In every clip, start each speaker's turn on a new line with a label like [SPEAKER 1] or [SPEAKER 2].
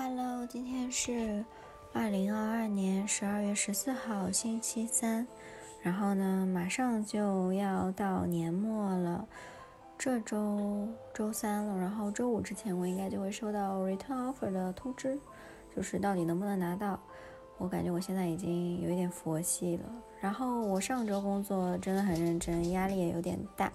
[SPEAKER 1] Hello，今天是2022年12月14号，星期三。然后呢，马上就要到年末了，这周周三了。然后周五之前，我应该就会收到 return offer 的通知，就是到底能不能拿到。我感觉我现在已经有一点佛系了。然后我上周工作真的很认真，压力也有点大。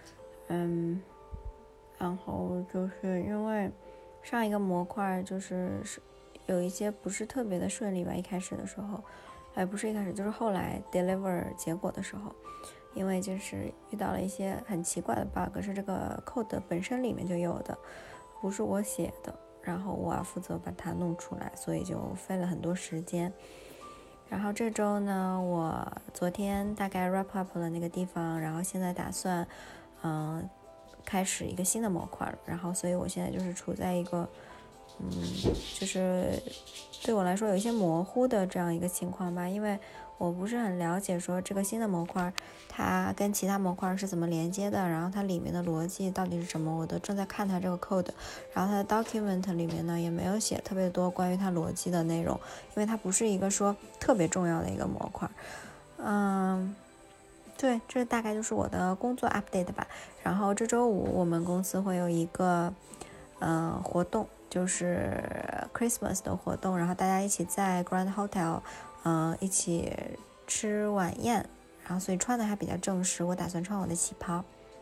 [SPEAKER 1] 然后就是因为上一个模块就是有一些不是特别的顺利吧，一开始的时候，不是一开始，就是后来 deliver 结果的时候，因为就是遇到了一些很奇怪的 bug， 是这个 code 本身里面就有的，不是我写的，然后我要负责把它弄出来，所以就费了很多时间。然后这周呢，我昨天大概 wrap up 了那个地方，然后现在打算开始一个新的模块了，然后所以我现在就是处在一个就是对我来说有一些模糊的这样一个情况吧，因为我不是很了解说这个新的模块它跟其他模块是怎么连接的，然后它里面的逻辑到底是什么，我都正在看它这个 code， 然后它的 document 里面呢也没有写特别多关于它逻辑的内容，因为它不是一个说特别重要的一个模块。对，这大概就是我的工作 update 吧。然后这周五我们公司会有一个活动，就是 Christmas 的活动，然后大家一起在 Grand Hotel 一起吃晚宴，然后所以穿的还比较正式，我打算穿我的旗袍。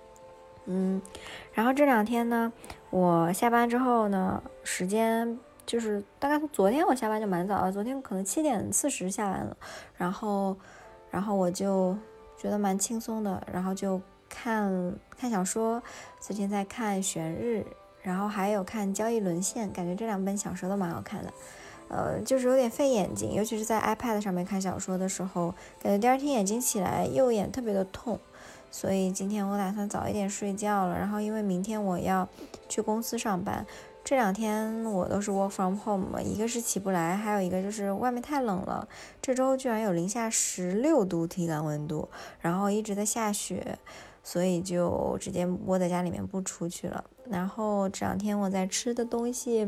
[SPEAKER 1] 然后这两天呢，我下班之后呢，时间就是大概从昨天我下班就蛮早了，昨天可能7:40下班了，然后我就觉得蛮轻松的，然后就看小说，最近在看《悬日》，然后还有看《交易沦陷》，感觉这两本小说都蛮好看的。就是有点费眼睛，尤其是在 iPad 上面看小说的时候，感觉第二天眼睛起来右眼特别的痛，所以今天我打算早一点睡觉了。然后因为明天我要去公司上班，这两天我都是 work from home 嘛，一个是起不来，还有一个就是外面太冷了，这周居然有-16度体感温度，然后一直在下雪，所以就直接窝在家里面不出去了。然后这两天我在吃的东西，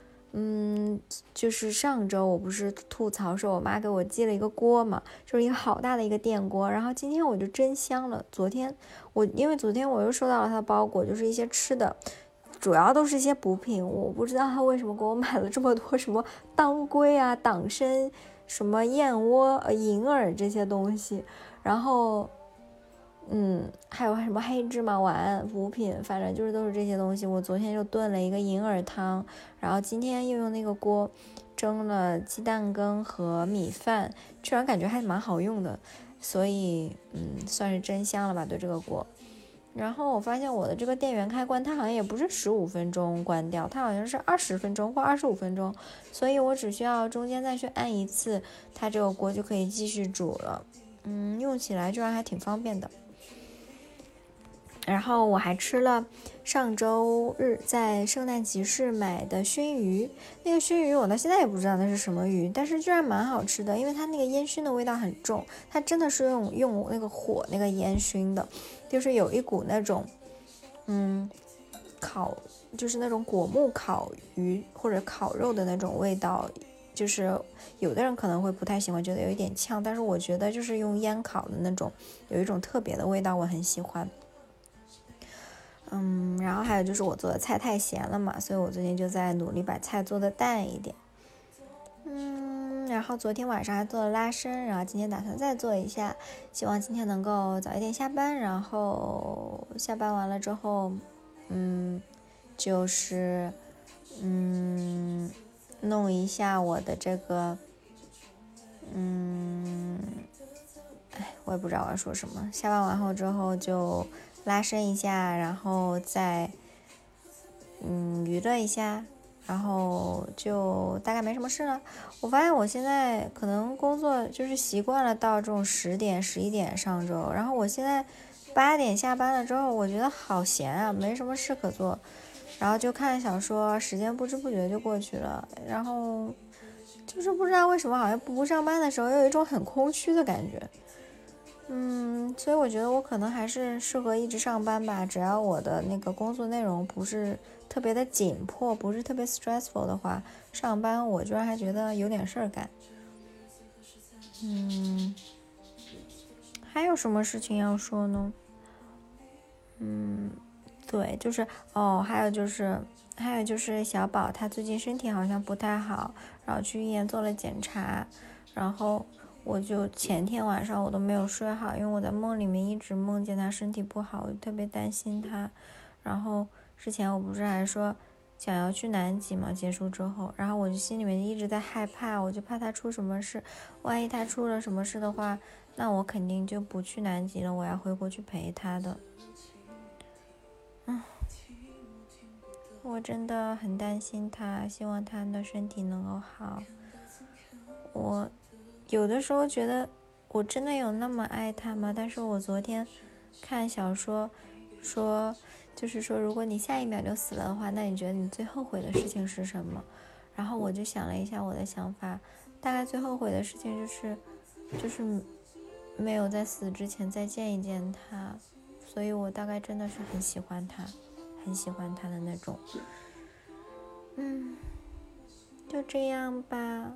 [SPEAKER 1] 就是上周我不是吐槽说我妈给我寄了一个锅嘛，就是一个好大的一个电锅，然后今天我就真香了。因为昨天我又收到了她的包裹，就是一些吃的，主要都是一些补品，我不知道她为什么给我买了这么多什么当归啊、党参、什么燕窝、银耳这些东西，然后还有什么黑芝麻丸补品，反正就是都是这些东西。我昨天就炖了一个银耳汤，然后今天又用那个锅蒸了鸡蛋羹和米饭，居然感觉还蛮好用的，所以算是真香了吧，对这个锅。然后我发现我的这个电源开关它好像也不是15分钟关掉，它好像是20分钟或25分钟，所以我只需要中间再去按一次，它这个锅就可以继续煮了。用起来居然还挺方便的。然后我还吃了上周日在圣诞集市买的熏鱼，那个熏鱼我到现在也不知道那是什么鱼，但是居然蛮好吃的，因为它那个烟熏的味道很重，它真的是用那个火那个烟熏的，就是有一股那种就是那种果木烤鱼或者烤肉的那种味道，就是有的人可能会不太喜欢，觉得有一点呛，但是我觉得就是用烟烤的那种有一种特别的味道，我很喜欢。然后还有就是我做的菜太咸了嘛，所以我最近就在努力把菜做的淡一点。然后昨天晚上还做了拉伸，然后今天打算再做一下，希望今天能够早一点下班，然后下班完了之后，就是弄一下我的这个，我也不知道我要说什么。下班完后之后就拉伸一下，然后再娱乐一下，然后就大概没什么事了。我发现我现在可能工作就是习惯了到这种10点、11点上周，然后我现在8点下班了之后，我觉得好闲啊，没什么事可做，然后就看小说，时间不知不觉就过去了。然后就是不知道为什么，好像不上班的时候有一种很空虚的感觉。所以我觉得我可能还是适合一直上班吧，只要我的那个工作内容不是特别的紧迫，不是特别 stressful 的话，上班我居然还觉得有点事儿干。还有什么事情要说呢？对，就是还有就是小宝他最近身体好像不太好，然后去医院做了检查，然后我就前天晚上我都没有睡好，因为我在梦里面一直梦见他身体不好，我就特别担心他。然后之前我不是还说想要去南极嘛，结束之后，然后我就心里面一直在害怕，我就怕他出什么事，万一他出了什么事的话，那我肯定就不去南极了，我要回国去陪他的。我真的很担心他，希望他的身体能够好。我有的时候觉得我真的有那么爱他吗？但是我昨天看小说说，就是说如果你下一秒就死了的话，那你觉得你最后悔的事情是什么？然后我就想了一下我的想法，大概最后悔的事情就是没有在死之前再见一见他，所以我大概真的是很喜欢他，很喜欢他的那种。就这样吧。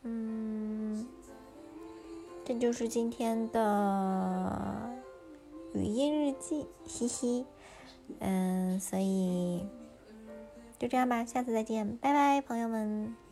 [SPEAKER 1] 这就是今天的语音日记，嘻嘻。所以就这样吧，下次再见，拜拜，朋友们。